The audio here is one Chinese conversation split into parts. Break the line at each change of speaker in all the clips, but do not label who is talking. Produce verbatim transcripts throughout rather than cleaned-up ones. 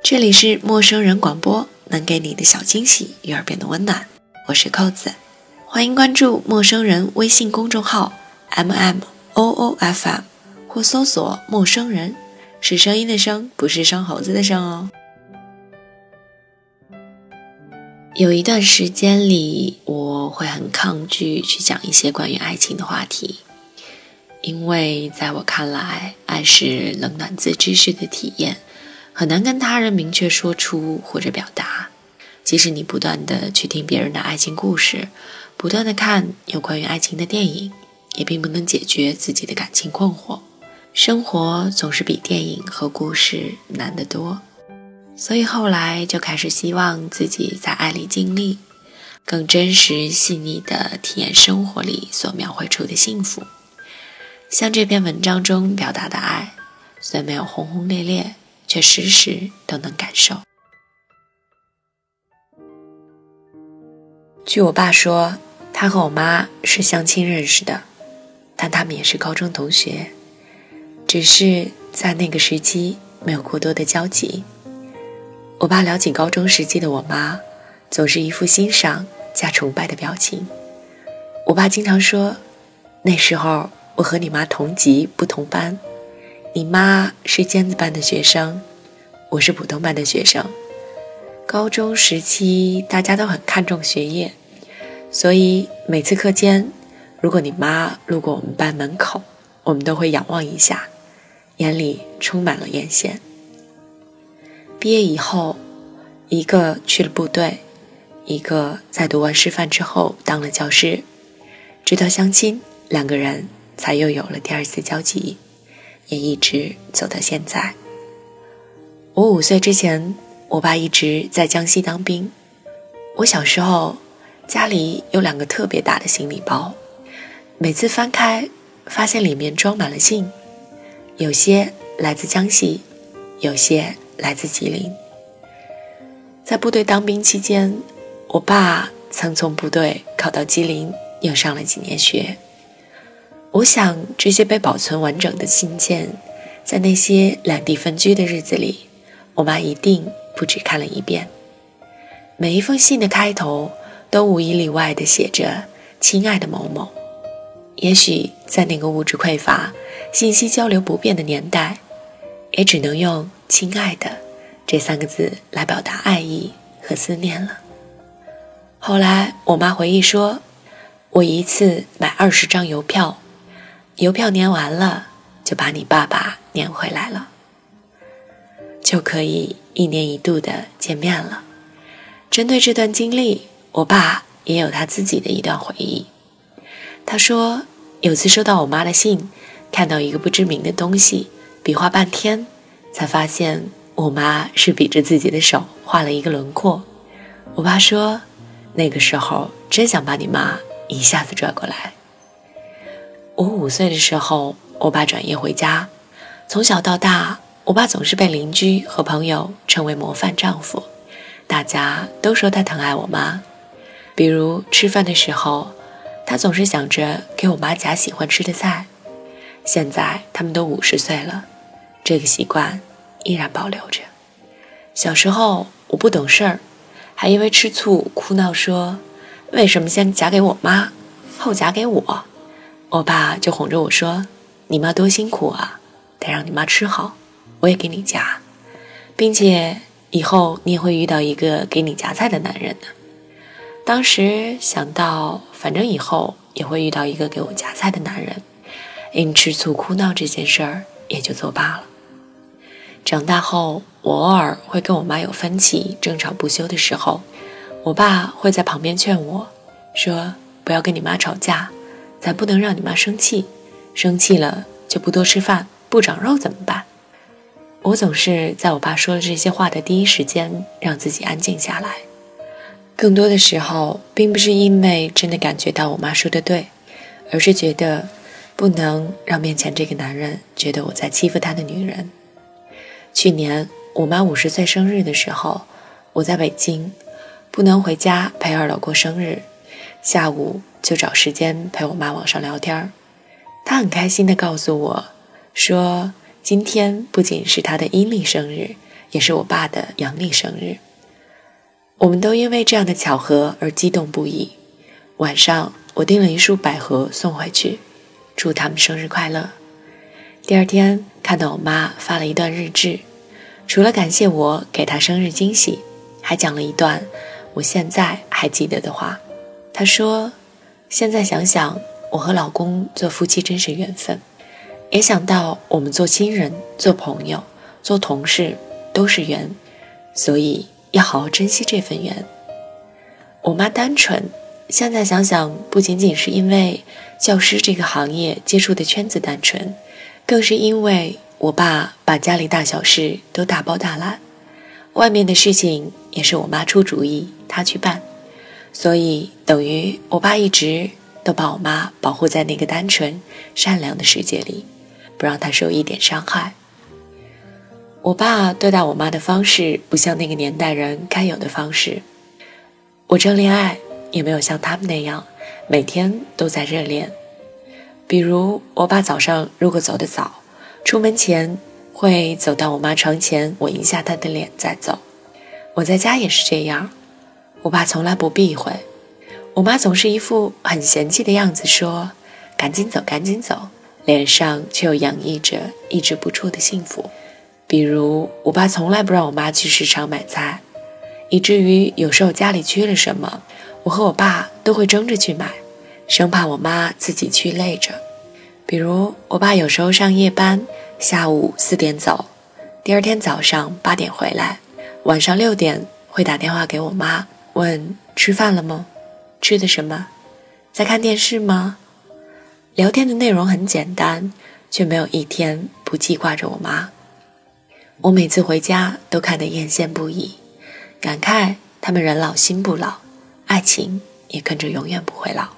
这里是陌生人广播，能给你的小惊喜与耳边的温暖。我是扣子，欢迎关注陌生人微信公众号 M M O O F M 或搜索陌生人，是声音的声，不是生猴子的生哦。有一段时间里，我会很抗拒去讲一些关于爱情的话题，因为在我看来，爱是冷暖自知式的体验，很难跟他人明确说出或者表达。即使你不断地去听别人的爱情故事，不断地看有关于爱情的电影，也并不能解决自己的感情困惑。生活总是比电影和故事难得多，所以后来就开始希望自己在爱里经历，更真实细腻地体验生活里所描绘出的幸福。像这篇文章中表达的爱，虽没有轰轰烈烈，却时时都能感受。据我爸说，他和我妈是相亲认识的，但他们也是高中同学，只是在那个时期没有过多的交集。我爸聊起高中时期的我妈，总是一副欣赏加崇拜的表情。我爸经常说，那时候我和你妈同级不同班，你妈是尖子班的学生，我是普通班的学生。高中时期大家都很看重学业，所以每次课间，如果你妈路过我们班门口，我们都会仰望一下，眼里充满了艳羡。毕业以后，一个去了部队，一个在读完师范之后当了教师，直到相亲，两个人才又有了第二次交集，也一直走到现在。我五岁之前，我爸一直在江西当兵。我小时候家里有两个特别大的行李包，每次翻开发现里面装满了信，有些来自江西，有些来自吉林。在部队当兵期间，我爸曾从部队考到吉林，又上了几年学。我想这些被保存完整的信件，在那些两地分居的日子里，我妈一定不止看了一遍。每一封信的开头都无一例外地写着亲爱的某某。也许在那个物质匮乏、信息交流不便的年代，也只能用亲爱的这三个字来表达爱意和思念了。后来我妈回忆说，我一次买二十张邮票，邮票粘完了就把你爸爸粘回来了，就可以一年一度的见面了。针对这段经历，我爸也有他自己的一段回忆。他说，有次收到我妈的信，看到一个不知名的东西，比划半天，才发现我妈是比着自己的手画了一个轮廓。我爸说，那个时候真想把你妈一下子拽过来。我五岁的时候，我爸转业回家，从小到大，我爸总是被邻居和朋友称为模范丈夫，大家都说他疼爱我妈。比如吃饭的时候，他总是想着给我妈夹喜欢吃的菜。现在他们都五十岁了，这个习惯依然保留着。小时候我不懂事儿，还因为吃醋哭闹说，为什么先夹给我妈，后夹给我？我爸就哄着我说，你妈多辛苦啊，得让你妈吃好，我也给你夹，并且以后你也会遇到一个给你夹菜的男人的。当时想到反正以后也会遇到一个给我夹菜的男人，因吃醋哭闹这件事儿也就作罢了。长大后，我偶尔会跟我妈有分歧，争吵不休的时候，我爸会在旁边劝我说，不要跟你妈吵架，咱不能让你妈生气，生气了就不多吃饭，不长肉怎么办？我总是在我爸说了这些话的第一时间让自己安静下来。更多的时候并不是因为真的感觉到我妈说的对，而是觉得不能让面前这个男人觉得我在欺负他的女人。去年我妈五十岁生日的时候，我在北京，不能回家陪二老过生日，下午就找时间陪我妈网上聊天。她很开心地告诉我说，今天不仅是她的阴历生日， 也是我爸的阳历生日。我们都因为这样的巧合而激动不已。晚上我订了一束百合送回去，祝他们生日快乐。第二天看到我妈发了一段日志，除了感谢我给她生日惊喜，还讲了一段我现在还记得的话。她说，现在想想，我和老公做夫妻真是缘分，也想到我们做亲人、做朋友、做同事都是缘，所以要好好珍惜这份缘。我妈单纯，现在想想，不仅仅是因为教师这个行业接触的圈子单纯，更是因为我爸把家里大小事都大包大揽，外面的事情也是我妈出主意，她去办，所以等于我爸一直都把我妈保护在那个单纯善良的世界里，不让她受一点伤害。我爸对待我妈的方式不像那个年代人该有的方式，我正恋爱也没有像他们那样每天都在热恋。比如我爸早上如果走得早，出门前会走到我妈床前吻一下她的脸再走。我在家也是这样，我爸从来不避讳，我妈总是一副很嫌弃的样子说赶紧走赶紧走，脸上却又洋溢着抑制不住的幸福。比如我爸从来不让我妈去市场买菜，以至于有时候家里缺了什么，我和我爸都会争着去买，生怕我妈自己去累着。比如我爸有时候上夜班，下午四点走，第二天早上八点回来，晚上六点会打电话给我妈，问吃饭了吗？吃的什么？在看电视吗？聊天的内容很简单，却没有一天不记挂着我妈。我每次回家都看得艳羡不已，感慨他们人老心不老，爱情也跟着永远不会老。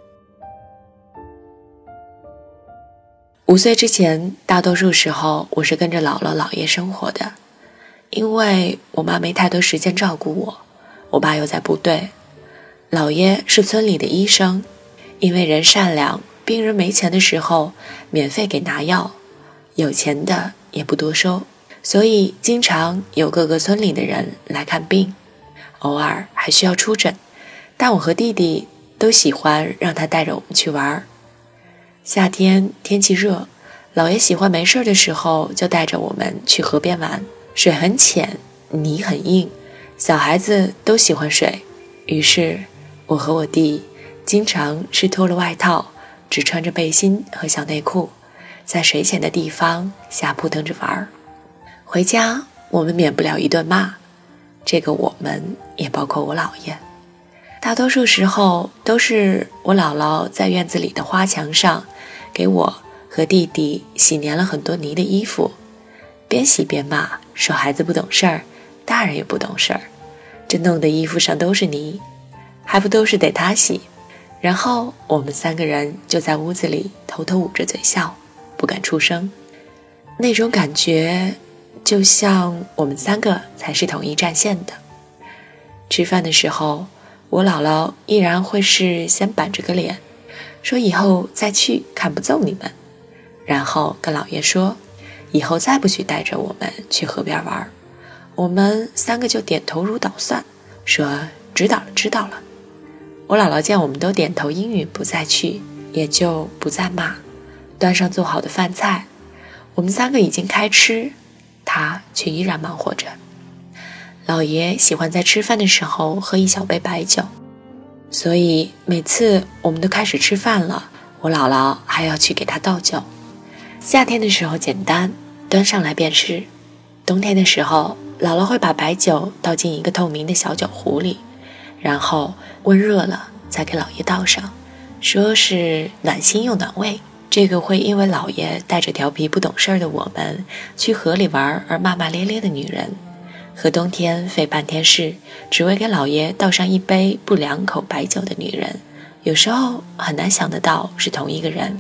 五岁之前，大多数时候我是跟着姥姥姥爷生活的，因为我妈没太多时间照顾我，我爸又在部队，姥爷是村里的医生，因为人善良，病人没钱的时候免费给拿药，有钱的也不多收，所以经常有各个村里的人来看病，偶尔还需要出诊，但我和弟弟都喜欢让他带着我们去玩。夏天天气热，姥爷喜欢没事的时候就带着我们去河边玩，水很浅，泥很硬，小孩子都喜欢水，于是我和我弟经常是脱了外套，只穿着背心和小内裤，在水浅的地方瞎扑腾着玩。回家我们免不了一顿骂，这个我们也包括我姥爷。大多数时候都是我姥姥在院子里的花墙上给我和弟弟洗粘了很多泥的衣服，边洗边骂，说孩子不懂事儿，大人也不懂事儿，这弄得衣服上都是泥，还不都是得他洗。然后我们三个人就在屋子里偷偷捂着嘴笑，不敢出声。那种感觉就像我们三个才是同一战线的。吃饭的时候，我姥姥依然会是先板着个脸，说以后再去看不揍你们，然后跟姥爷说以后再不许带着我们去河边玩。我们三个就点头如捣蒜，说知道了知道了。我姥姥见我们都点头应允不再去，也就不再骂，端上做好的饭菜，我们三个已经开吃，他却依然忙活着。姥爷喜欢在吃饭的时候喝一小杯白酒，所以每次我们都开始吃饭了，我姥姥还要去给他倒酒。夏天的时候简单，端上来便是；冬天的时候，姥姥会把白酒倒进一个透明的小酒壶里，然后温热了再给姥爷倒上，说是暖心又暖胃。这个会因为姥爷带着调皮不懂事的我们去河里玩而骂骂咧咧的女人，和冬天费半天事只为给姥爷倒上一杯不两口白酒的女人，有时候很难想得到是同一个人。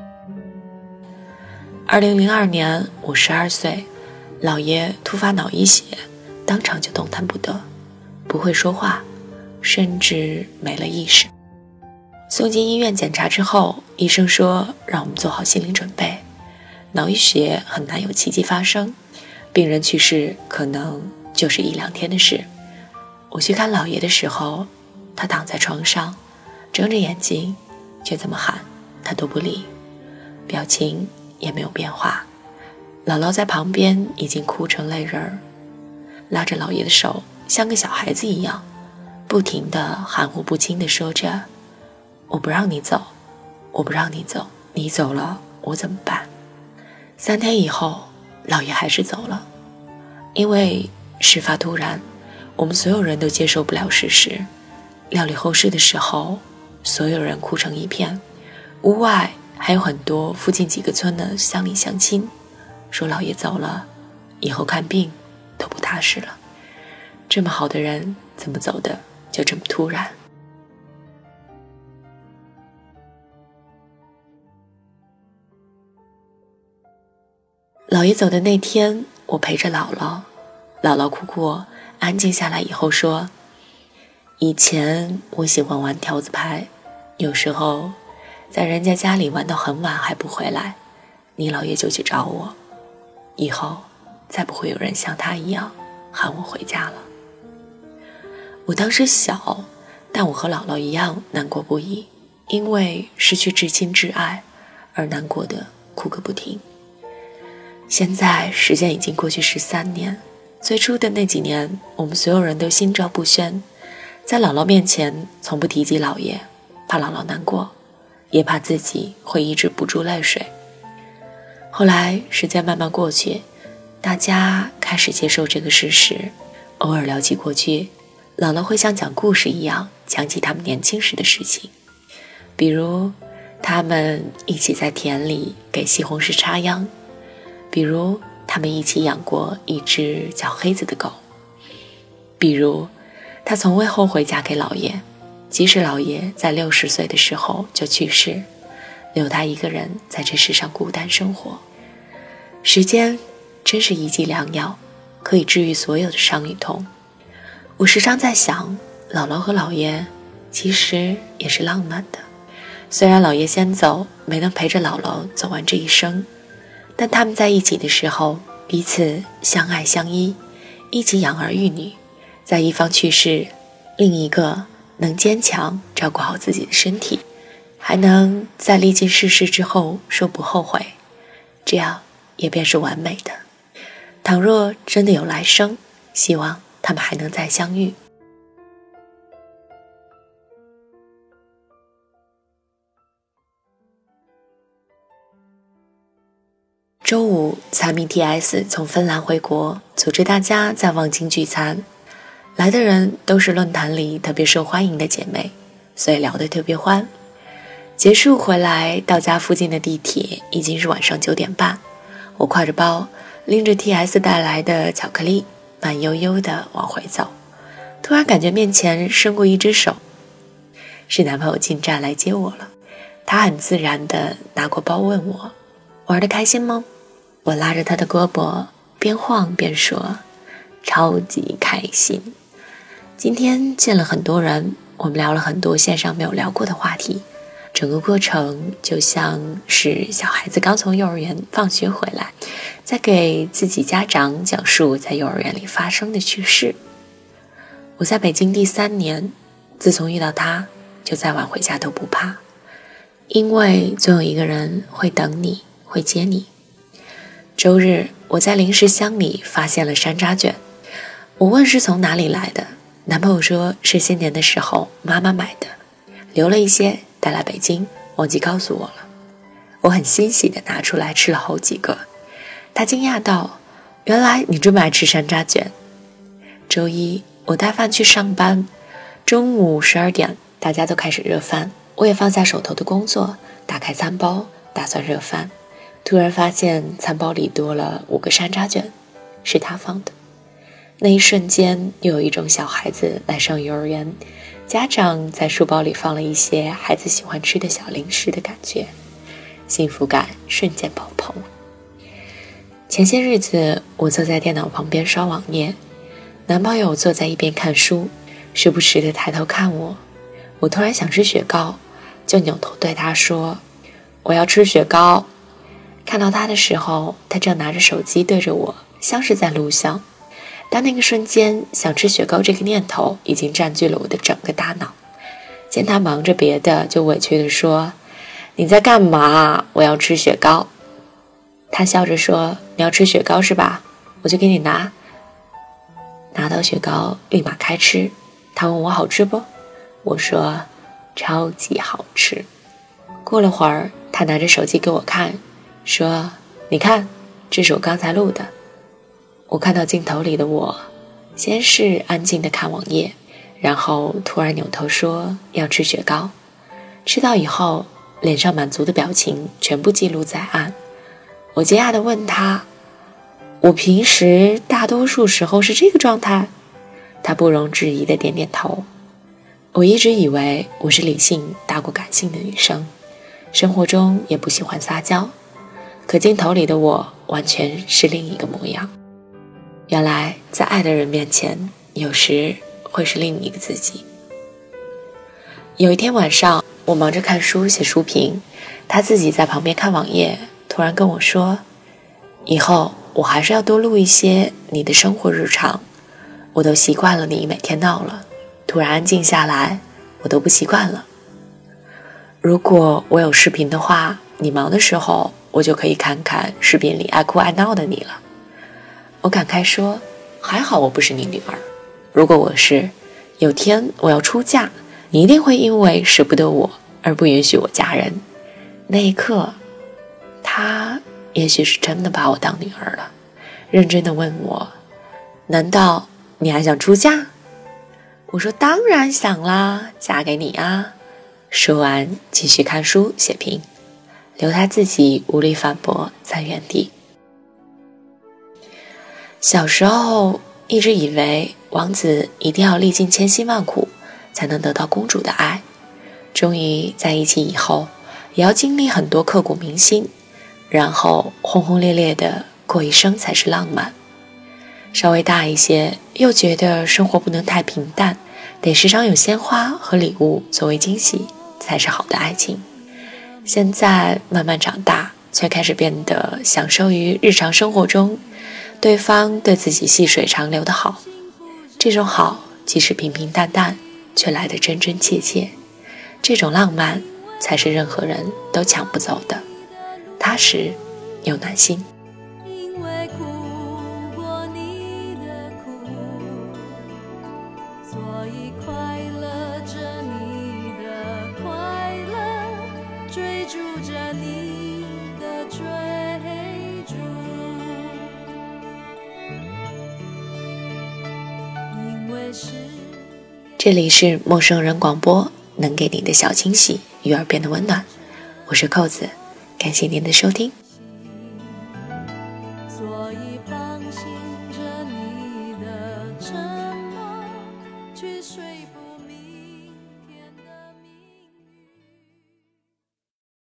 二零零二年我十二岁，姥爷突发脑溢血，当场就动弹不得，不会说话，甚至没了意识。送进医院检查之后，医生说让我们做好心理准备，脑溢血很难有奇迹发生， 病人去世可能就是一两天的事。我去看姥爷的时候，他躺在床上，睁着眼睛，却怎么喊他都不理，表情也没有变化。姥姥在旁边已经哭成泪人儿，拉着姥爷的手，像个小孩子一样，不停地含糊不清地说着：我不让你走，我不让你走，你走了我怎么办？三天以后，姥爷还是走了。因为事发突然，我们所有人都接受不了事实。料理后事的时候，所有人哭成一片，屋外还有很多附近几个村的乡里乡亲，说姥爷走了，以后看病都不踏实了。这么好的人，怎么走的就这么突然？姥爷走的那天，我陪着姥姥，姥姥哭过，安静下来以后说：以前我喜欢玩条子牌，有时候在人家家里玩到很晚还不回来，你姥爷就去找我，以后再不会有人像他一样喊我回家了。我当时小，但我和姥姥一样难过不已，因为失去至亲至爱而难过的哭个不停。现在时间已经过去十三年，最初的那几年，我们所有人都心照不宣，在姥姥面前从不提及姥爷，怕姥姥难过，也怕自己会抑制不住泪水。后来时间慢慢过去，大家开始接受这个事实，偶尔聊起过去，姥姥会像讲故事一样讲起他们年轻时的事情，比如他们一起在田里给西红柿插秧，比如他们一起养过一只叫黑子的狗，比如他从未后悔嫁给姥爷，即使姥爷在六十岁的时候就去世，留他一个人在这世上孤单生活。时间真是一剂良药，可以治愈所有的伤与痛。我时常在想，姥姥和姥爷其实也是浪漫的，虽然姥爷先走，没能陪着姥姥走完这一生，但他们在一起的时候，彼此相爱相依，一起养儿育女，在一方去世，另一个能坚强照顾好自己的身体，还能在历尽世事之后说不后悔，这样也便是完美的。倘若真的有来生，希望他们还能再相遇。周五，财迷 T S 从芬兰回国，组织大家在望京聚餐。来的人都是论坛里特别受欢迎的姐妹，所以聊得特别欢。结束回来，到家附近的地铁已经是晚上九点半。我挎着包，拎着 T S 带来的巧克力，慢悠悠地往回走。突然感觉面前伸过一只手，是男朋友进站来接我了。他很自然地拿过包问我：玩得开心吗？我拉着他的胳膊，边晃边说：超级开心。今天见了很多人，我们聊了很多线上没有聊过的话题，整个过程就像是小孩子刚从幼儿园放学回来，在给自己家长讲述在幼儿园里发生的趣事。我在北京第三年，自从遇到他，就再晚回家都不怕，因为总有一个人会等你，会接你。周日，我在零食箱里发现了山楂卷，我问是从哪里来的，男朋友说是新年的时候妈妈买的，留了一些带来北京，忘记告诉我了。我很欣喜地拿出来吃了好几个，他惊讶道：原来你这么爱吃山楂卷。周一，我带饭去上班，中午十二点大家都开始热饭，我也放下手头的工作，打开餐包打算热饭，突然发现餐包里多了五个山楂卷，是他放的。那一瞬间，又有一种小孩子来上幼儿园，家长在书包里放了一些孩子喜欢吃的小零食的感觉，幸福感瞬间爆棚。前些日子，我坐在电脑旁边刷网页，男朋友坐在一边看书，时不时地抬头看我。我突然想吃雪糕，就扭头对他说：我要吃雪糕。看到他的时候，他正拿着手机对着我， 像是在录像。但那个瞬间，想吃雪糕这个念头已经占据了我的整个大脑。见他忙着别的，就委屈地说：“你在干嘛？我要吃雪糕。”他笑着说：“你要吃雪糕是吧？我就给你拿。”拿到雪糕，立马开吃。他问我好吃不？我说超级好吃。过了会儿，他拿着手机给我看，说：“你看，这是我刚才录的。”我看到镜头里的我，先是安静地看网页，然后突然扭头说要吃雪糕。吃到以后，脸上满足的表情全部记录在案。我惊讶地问他：“我平时大多数时候是这个状态？”他不容置疑地点点头。我一直以为我是理性大过感性的女生，生活中也不喜欢撒娇，可镜头里的我完全是另一个模样。原来在爱的人面前，有时会是另一个自己。有一天晚上，我忙着看书写书评，他自己在旁边看网页，突然跟我说：“以后我还是要多录一些你的生活日常，我都习惯了你每天闹了，突然安静下来，我都不习惯了。如果我有视频的话，你忙的时候，我就可以看看视频里爱哭爱闹的你了。”我感慨说：“还好我不是你女儿，如果我是，有天我要出嫁，你一定会因为舍不得我而不允许我嫁人。那一刻，他也许是真的把我当女儿了，认真地问我：难道你还想出嫁？”我说：“当然想啦，嫁给你啊。”说完继续看书写评，留他自己无力反驳在原地。小时候一直以为王子一定要历尽千辛万苦才能得到公主的爱，终于在一起以后也要经历很多刻骨铭心，然后轰轰烈烈的过一生才是浪漫。稍微大一些，又觉得生活不能太平淡，得时常有鲜花和礼物作为惊喜才是好的爱情。现在慢慢长大，却开始变得享受于日常生活中对方对自己细水长流的好，这种好即使平平淡淡，却来得真真切切。这种浪漫才是任何人都抢不走的，踏实又暖心。
因为哭过你的苦，所以快乐着你的快乐，追逐着你的追逐。
这里是陌生人广播，能给你的小惊喜与耳边的温暖，我是扣子，感谢您的收听。